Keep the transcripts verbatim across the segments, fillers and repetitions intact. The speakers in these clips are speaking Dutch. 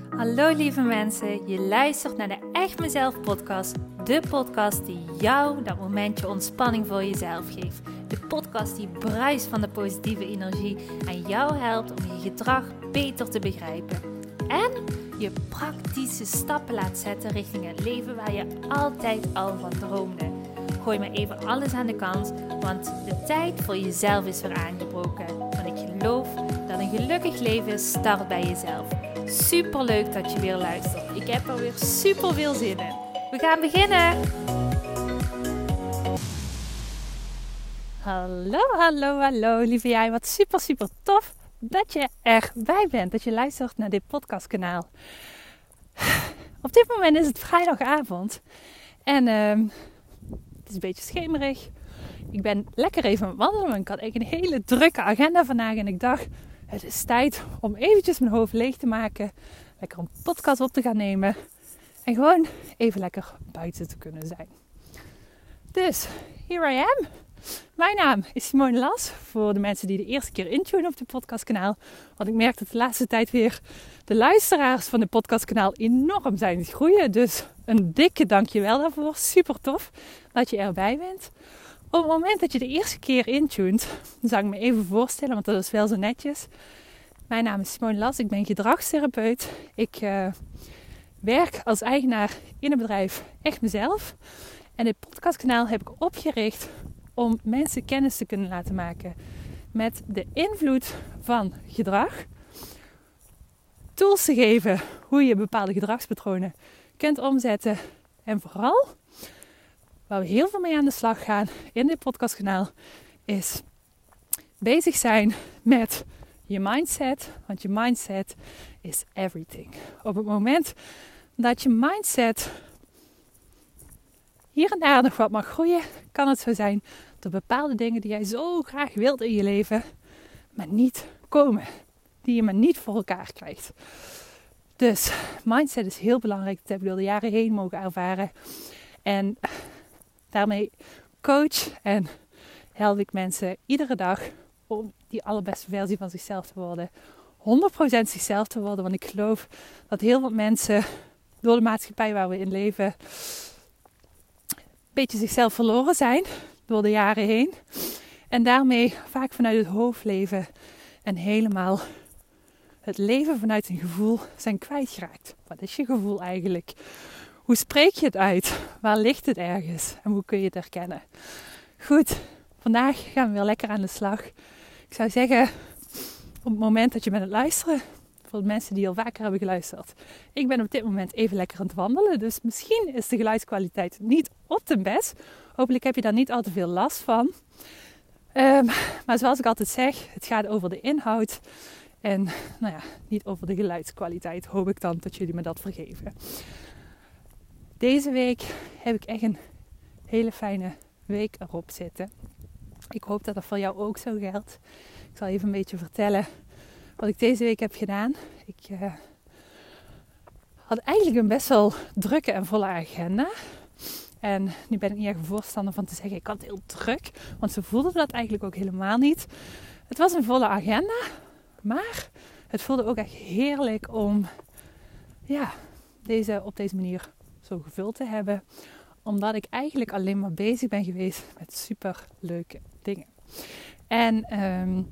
Hallo lieve mensen, je luistert naar de Echt Mezelf podcast. De podcast die jou dat momentje ontspanning voor jezelf geeft. De podcast die bruist van de positieve energie en jou helpt om je gedrag beter te begrijpen. En je praktische stappen laat zetten richting het leven waar je altijd al van droomde. Gooi maar even alles aan de kant, want de tijd voor jezelf is weer aangebroken. Want ik geloof dat een gelukkig leven start bij jezelf. Super leuk dat je weer luistert. Ik heb er weer super veel zin in. We gaan beginnen. Hallo, hallo, hallo lieve jij. Wat super, super tof dat je erbij bent. Dat je luistert naar dit podcastkanaal. Op dit moment is het vrijdagavond. En uh, het is een beetje schemerig. Ik ben lekker even aan het wandelen. Want ik had eigenlijk een hele drukke agenda vandaag. En ik dacht, het is tijd om eventjes mijn hoofd leeg te maken. Lekker een podcast op te gaan nemen. En gewoon even lekker buiten te kunnen zijn. Dus, here I am. Mijn naam is Simone Las. Voor de mensen die de eerste keer intunen op het podcastkanaal. Want ik merk dat de laatste tijd weer de luisteraars van het podcastkanaal enorm zijn aan het groeien. Dus een dikke dankjewel daarvoor. Super tof dat je erbij bent. Op het moment dat je de eerste keer intunt, dan zal ik me even voorstellen, want dat is wel zo netjes. Mijn naam is Simone Las, ik ben gedragstherapeut. Ik uh, werk als eigenaar in een bedrijf Echt Mezelf. En dit podcastkanaal heb ik opgericht om mensen kennis te kunnen laten maken met de invloed van gedrag. Tools te geven hoe je bepaalde gedragspatronen kunt omzetten. En vooral, waar we heel veel mee aan de slag gaan in dit podcastkanaal, is bezig zijn met je mindset. Want je mindset is everything. Op het moment dat je mindset hier en daar nog wat mag groeien, kan het zo zijn dat bepaalde dingen die jij zo graag wilt in je leven, maar niet komen. Die je maar niet voor elkaar krijgt. Dus mindset is heel belangrijk. Dat heb ik door de jaren heen mogen ervaren. En daarmee coach en help ik mensen iedere dag om die allerbeste versie van zichzelf te worden. honderd procent zichzelf te worden. Want ik geloof dat heel veel mensen door de maatschappij waar we in leven een beetje zichzelf verloren zijn door de jaren heen. En daarmee vaak vanuit het hoofd leven en helemaal het leven vanuit een gevoel zijn kwijtgeraakt. Wat is je gevoel eigenlijk? Hoe spreek je het uit? Waar ligt het ergens? En hoe kun je het herkennen? Goed, vandaag gaan we weer lekker aan de slag. Ik zou zeggen, op het moment dat je bent aan het luisteren, voor de mensen die al vaker hebben geluisterd. Ik ben op dit moment even lekker aan het wandelen. Dus misschien is de geluidskwaliteit niet op de best. Hopelijk heb je daar niet al te veel last van. Um, maar zoals ik altijd zeg, het gaat over de inhoud. En nou ja, niet over de geluidskwaliteit. Hoop ik dan dat jullie me dat vergeven. Deze week heb ik echt een hele fijne week erop zitten. Ik hoop dat dat voor jou ook zo geldt. Ik zal even een beetje vertellen wat ik deze week heb gedaan. Ik uh, had eigenlijk een best wel drukke en volle agenda. En nu ben ik niet echt een voorstander van te zeggen, ik had het heel druk. Want zo voelde dat eigenlijk ook helemaal niet. Het was een volle agenda. Maar het voelde ook echt heerlijk om ja, deze, op deze manier zo gevuld te hebben. Omdat ik eigenlijk alleen maar bezig ben geweest met super leuke dingen. En um,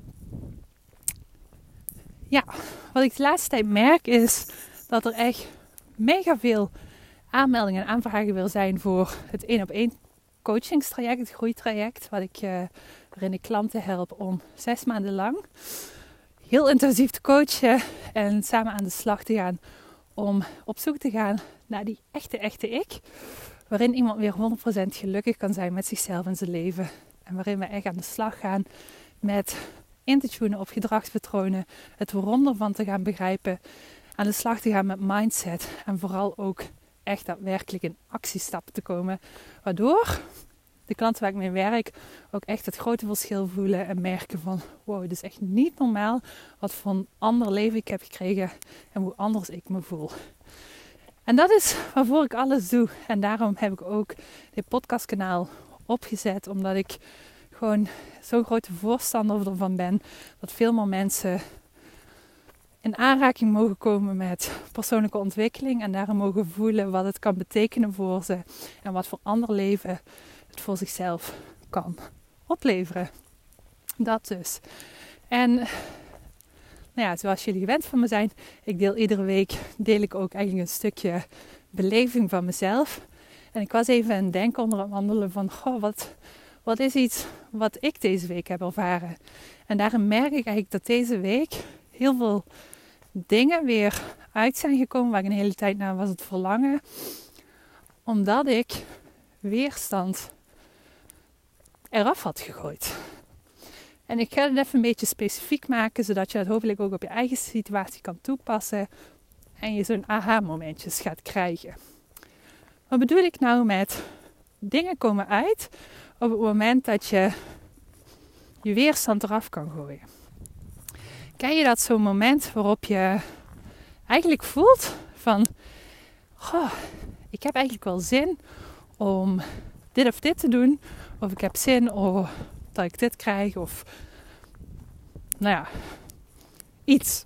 ja, wat ik de laatste tijd merk is dat er echt mega veel aanmeldingen en aanvragen wil zijn voor het één op één coachingstraject, het groeitraject. Wat ik uh, waarin ik klanten help om zes maanden lang heel intensief te coachen en samen aan de slag te gaan om op zoek te gaan naar die echte, echte ik. Waarin iemand weer honderd procent gelukkig kan zijn met zichzelf en zijn leven. En waarin we echt aan de slag gaan met in te tunen op gedragspatronen. Het waarom ervan te gaan begrijpen. Aan de slag te gaan met mindset. En vooral ook echt daadwerkelijk in actiestappen te komen. Waardoor de klanten waar ik mee werk ook echt het grote verschil voelen. En merken van wow, het is echt niet normaal wat voor een ander leven ik heb gekregen. En hoe anders ik me voel. En dat is waarvoor ik alles doe. En daarom heb ik ook dit podcastkanaal opgezet. Omdat ik gewoon zo'n grote voorstander ervan ben. Dat veel meer mensen in aanraking mogen komen met persoonlijke ontwikkeling en daarin mogen voelen wat het kan betekenen voor ze en wat voor ander leven het voor zichzelf kan opleveren. Dat dus. En nou ja, zoals jullie gewend van me zijn, ik deel iedere week deel ik ook eigenlijk een stukje beleving van mezelf. En ik was even aan het denken onder het wandelen van, goh, wat, wat is iets wat ik deze week heb ervaren? En daarin merk ik eigenlijk dat deze week heel veel dingen weer uit zijn gekomen waar ik een hele tijd naar was het verlangen. Omdat ik weerstand eraf had gegooid. En ik ga het even een beetje specifiek maken, zodat je het hopelijk ook op je eigen situatie kan toepassen. En je zo'n aha-momentjes gaat krijgen. Wat bedoel ik nou met dingen komen uit op het moment dat je je weerstand eraf kan gooien? Ken je dat zo'n moment waarop je eigenlijk voelt van, goh, ik heb eigenlijk wel zin om dit of dit te doen. Of ik heb zin om dat ik dit krijg. Of nou ja, iets.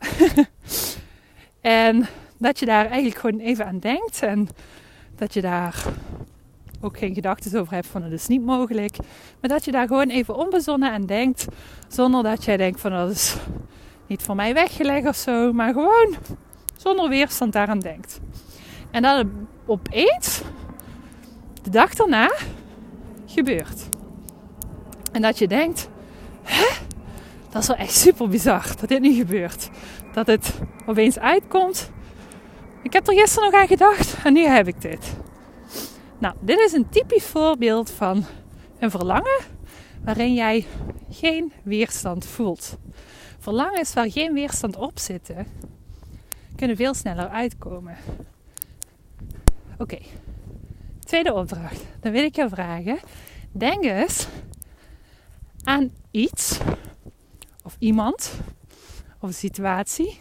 En dat je daar eigenlijk gewoon even aan denkt. En dat je daar ook geen gedachten over hebt van, dat is niet mogelijk. Maar dat je daar gewoon even onbezonnen aan denkt. Zonder dat jij denkt van, dat is niet voor mij weggelegd of zo. Maar gewoon zonder weerstand daaraan denkt. En dat het opeens de dag daarna gebeurt. En dat je denkt, hè? Dat is wel echt super bizar dat dit nu gebeurt. Dat het opeens uitkomt. Ik heb er gisteren nog aan gedacht en nu heb ik dit. Nou, dit is een typisch voorbeeld van een verlangen waarin jij geen weerstand voelt. Verlangens waar geen weerstand op zitten, kunnen veel sneller uitkomen. Oké, okay. Tweede opdracht. Dan wil ik je vragen, denk eens aan iets of iemand of een situatie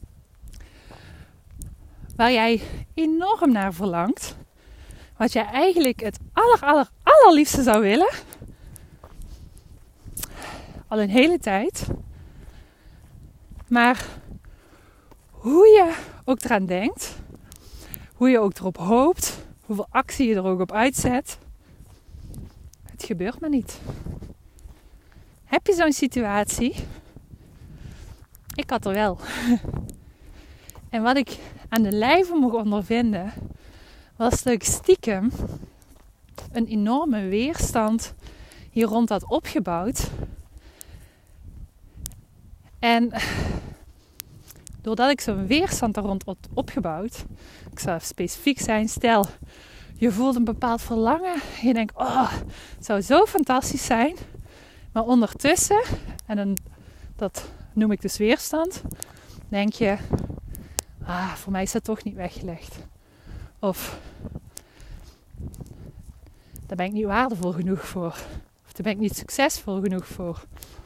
waar jij enorm naar verlangt, wat jij eigenlijk het aller, aller, allerliefste zou willen, al een hele tijd, maar hoe je ook eraan denkt, hoe je ook erop hoopt, hoeveel actie je er ook op uitzet, het gebeurt maar niet. Heb je zo'n situatie? Ik had er wel. En wat ik aan de lijve mocht ondervinden, was dat ik stiekem een enorme weerstand hier rond had opgebouwd. En doordat ik zo'n weerstand daar rond had opgebouwd, ik zal even specifiek zijn, stel je voelt een bepaald verlangen, je denkt, oh, het zou zo fantastisch zijn. Maar ondertussen, en dan, dat noem ik dus weerstand, denk je, ah, voor mij is dat toch niet weggelegd. Of, daar ben ik niet waardevol genoeg voor. Of daar ben ik niet succesvol genoeg voor.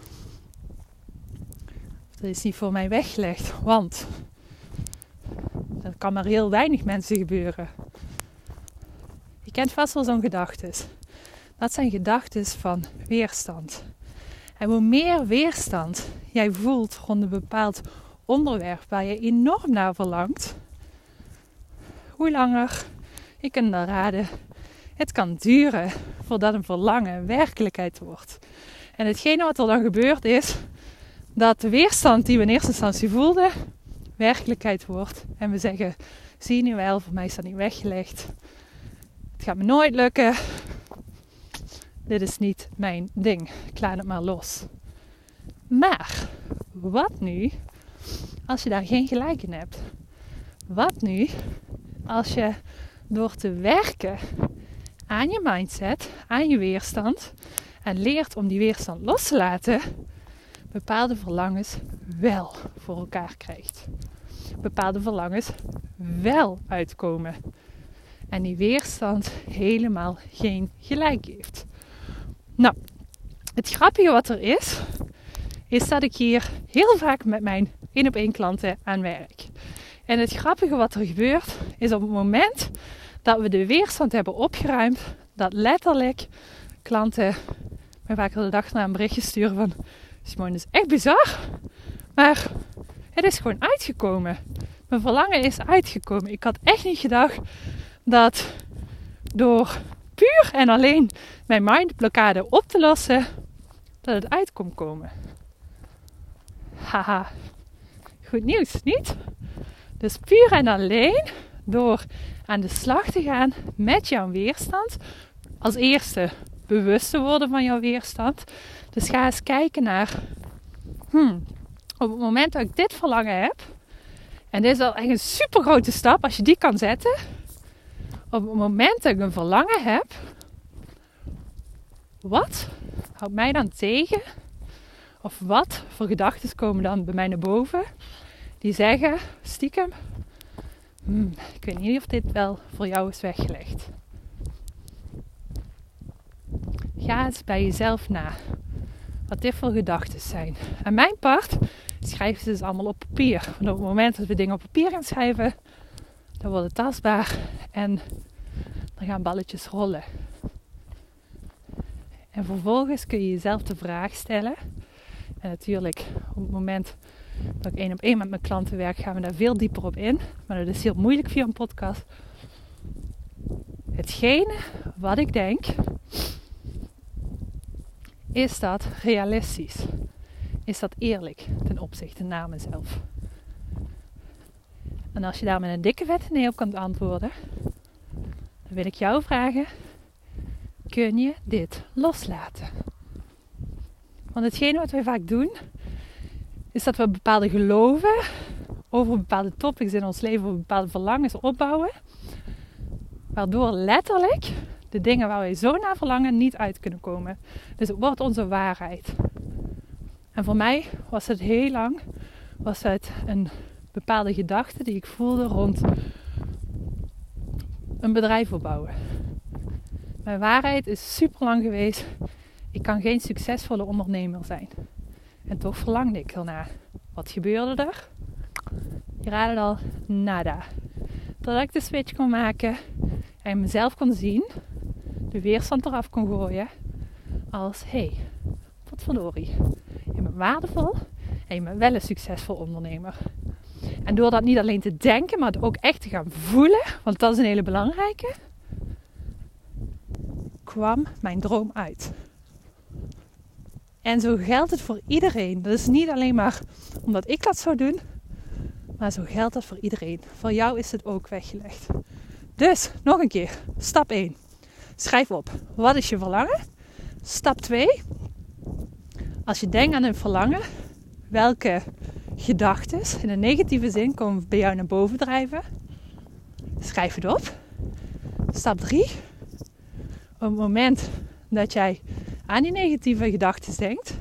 Of dat is niet voor mij weggelegd, want dat kan maar heel weinig mensen gebeuren. Je kent vast wel zo'n gedachtes. Dat zijn gedachtes van weerstand. En hoe meer weerstand jij voelt rond een bepaald onderwerp waar je enorm naar verlangt, hoe langer, je kunt dan raden, het kan duren voordat een verlangen werkelijkheid wordt. En hetgene wat er dan gebeurt is dat de weerstand die we in eerste instantie voelden, werkelijkheid wordt. En we zeggen, zie je nu wel, voor mij is dat niet weggelegd. Het gaat me nooit lukken. Dit is niet mijn ding. Ik laat het maar los. Maar, wat nu als je daar geen gelijk in hebt? Wat nu als je door te werken aan je mindset, aan je weerstand en leert om die weerstand los te laten, bepaalde verlangens wel voor elkaar krijgt. Bepaalde verlangens wel uitkomen. En die weerstand helemaal geen gelijk heeft. Nou, het grappige wat er is, is dat ik hier heel vaak met mijn één op één klanten aan werk. En het grappige wat er gebeurt, is op het moment dat we de weerstand hebben opgeruimd, dat letterlijk klanten mij vaak de dag na een berichtje sturen van, Simone, dat is echt bizar, maar Het is gewoon uitgekomen. Mijn verlangen is uitgekomen. Ik had echt niet gedacht dat door puur en alleen mijn mindblokkade op te lossen, dat het uit kon komen. Haha, goed nieuws, niet? Dus puur en alleen door aan de slag te gaan met jouw weerstand. Als eerste bewust te worden van jouw weerstand. Dus ga eens kijken naar, hmm, op het moment dat ik dit verlangen heb, en dit is al echt een super grote stap als je die kan zetten. Op het moment dat ik een verlangen heb, wat houdt mij dan tegen? Of wat voor gedachten komen dan bij mij naar boven? Die zeggen, stiekem, hmm, ik weet niet of dit wel voor jou is weggelegd. Ga eens bij jezelf na. Wat dit voor gedachten zijn. En mijn part schrijf ze dus allemaal op papier. Want op het moment dat we dingen op papier gaan schrijven, dan wordt het tastbaar en dan gaan balletjes rollen. En vervolgens kun je jezelf de vraag stellen. En natuurlijk, op het moment dat ik één op één met mijn klanten werk, gaan we daar veel dieper op in. Maar dat is heel moeilijk via een podcast. Hetgene wat ik denk, is dat realistisch? Is dat eerlijk ten opzichte naar mezelf? En als je daar met een dikke vette nee op kan antwoorden, dan wil ik jou vragen, kun je dit loslaten? Want hetgene wat wij vaak doen, is dat we bepaalde geloven over bepaalde topics in ons leven, over bepaalde verlangens opbouwen, waardoor letterlijk de dingen waar wij zo naar verlangen niet uit kunnen komen. Dus het wordt onze waarheid. En voor mij was het heel lang, was het een bepaalde gedachte die ik voelde rond een bedrijf opbouwen. Mijn waarheid is super lang geweest, ik kan geen succesvolle ondernemer zijn. En toch verlangde ik ernaar. Wat gebeurde er? Je raadt het al, nada. Totdat ik de switch kon maken en mezelf kon zien, de weerstand eraf kon gooien, als, hé, hey, wat verdorie. Je bent waardevol en je bent wel een succesvol ondernemer. En door dat niet alleen te denken, maar het ook echt te gaan voelen, want dat is een hele belangrijke, kwam mijn droom uit. En zo geldt het voor iedereen. Dat is niet alleen maar omdat ik dat zou doen, maar zo geldt dat voor iedereen. Voor jou is het ook weggelegd. Dus, nog een keer. Stap één. Schrijf op. Wat is je verlangen? Stap twee. Als je denkt aan een verlangen, welke gedachten in een negatieve zin komen bij jou naar boven drijven? Schrijf het op. Stap drie. Op het moment dat jij aan die negatieve gedachten denkt,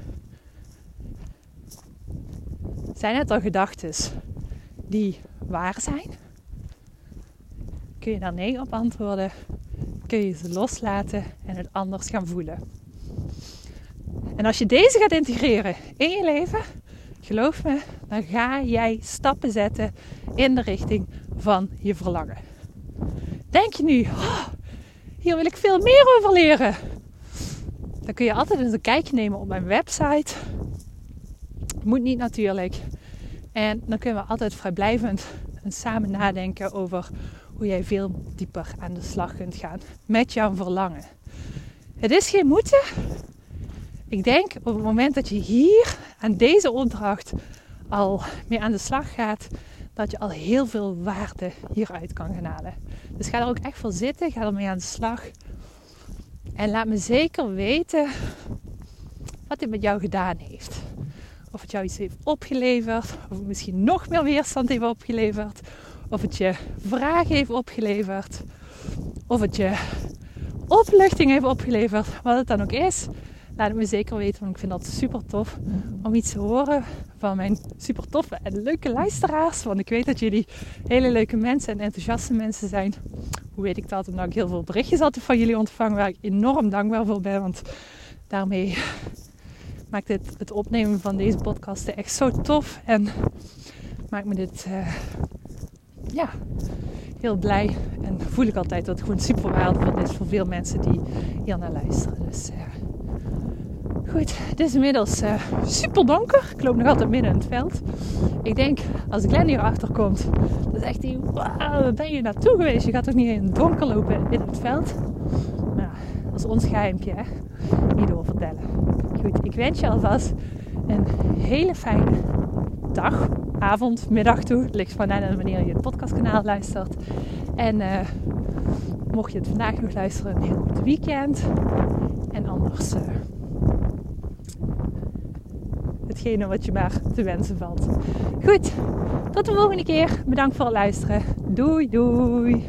zijn het al gedachten die waar zijn? Kun je daar nee op antwoorden? Kun je ze loslaten en het anders gaan voelen? En als je deze gaat integreren in je leven, geloof me, dan ga jij stappen zetten in de richting van je verlangen. Denk je nu, oh, hier wil ik veel meer over leren. Dan kun je altijd eens een kijkje nemen op mijn website. Moet niet natuurlijk. En dan kunnen we altijd vrijblijvend en samen nadenken over hoe jij veel dieper aan de slag kunt gaan met jouw verlangen. Het is geen moeten. Ik denk op het moment dat je hier aan deze opdracht al mee aan de slag gaat, dat je al heel veel waarde hieruit kan gaan halen. Dus ga er ook echt voor zitten. Ga ermee aan de slag. En laat me zeker weten wat dit met jou gedaan heeft. Of het jou iets heeft opgeleverd. Of het misschien nog meer weerstand heeft opgeleverd. Of het je vragen heeft opgeleverd. Of het je opluchting heeft opgeleverd. Wat het dan ook is. Laat het me zeker weten. Want ik vind dat super tof om iets te horen van mijn super toffe en leuke luisteraars. Want ik weet dat jullie hele leuke mensen en enthousiaste mensen zijn. Hoe weet ik dat? Omdat ik heel veel berichtjes altijd van jullie ontvang. Waar ik enorm dankbaar voor ben. Want daarmee maakt dit, het opnemen van deze podcast echt zo tof. En maakt me dit uh, ja, heel blij. En voel ik altijd dat het gewoon super waardevol is voor veel mensen die hier naar luisteren. Dus uh, Goed, het is inmiddels uh, super donker. Ik loop nog altijd midden in het veld. Ik denk, als Glenn hier achter komt, dan zegt hij, wauw, waar ben je naartoe geweest? Je gaat toch niet in het donker lopen in het veld? Nou, dat is ons geheimpje, hè? Niet doorvertellen. Goed, ik wens je alvast een hele fijne dag, avond, middag toe. Het ligt van net aan wanneer je het podcastkanaal luistert. En uh, mocht je het vandaag nog luisteren, een heel goed weekend. En anders uh, hetgene wat je maar te wensen valt. Goed, tot de volgende keer. Bedankt voor het luisteren. Doei doei.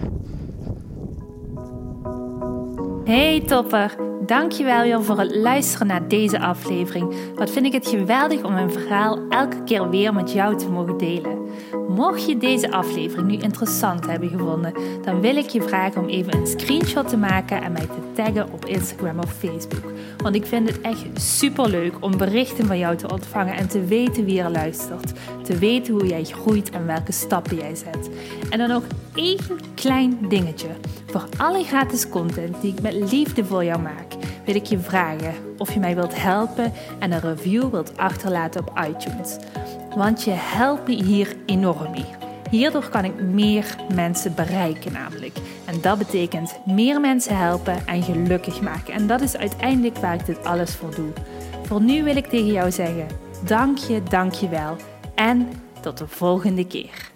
Hey topper, dankjewel weer voor het luisteren naar deze aflevering. Wat vind ik het geweldig om mijn verhaal elke keer weer met jou te mogen delen. Mocht je deze aflevering nu interessant hebben gevonden, dan wil ik je vragen om even een screenshot te maken en mij te taggen op Instagram of Facebook. Want ik vind het echt super leuk om berichten van jou te ontvangen en te weten wie er luistert. Te weten hoe jij groeit en welke stappen jij zet. En dan nog één klein dingetje. Voor alle gratis content die ik met liefde voor jou maak, wil ik je vragen of je mij wilt helpen en een review wilt achterlaten op iTunes. Want je helpt me hier enorm mee. Hierdoor kan ik meer mensen bereiken namelijk. En dat betekent meer mensen helpen en gelukkig maken. En dat is uiteindelijk waar ik dit alles voor doe. Voor nu wil ik tegen jou zeggen, dank je, dank je wel. En tot de volgende keer.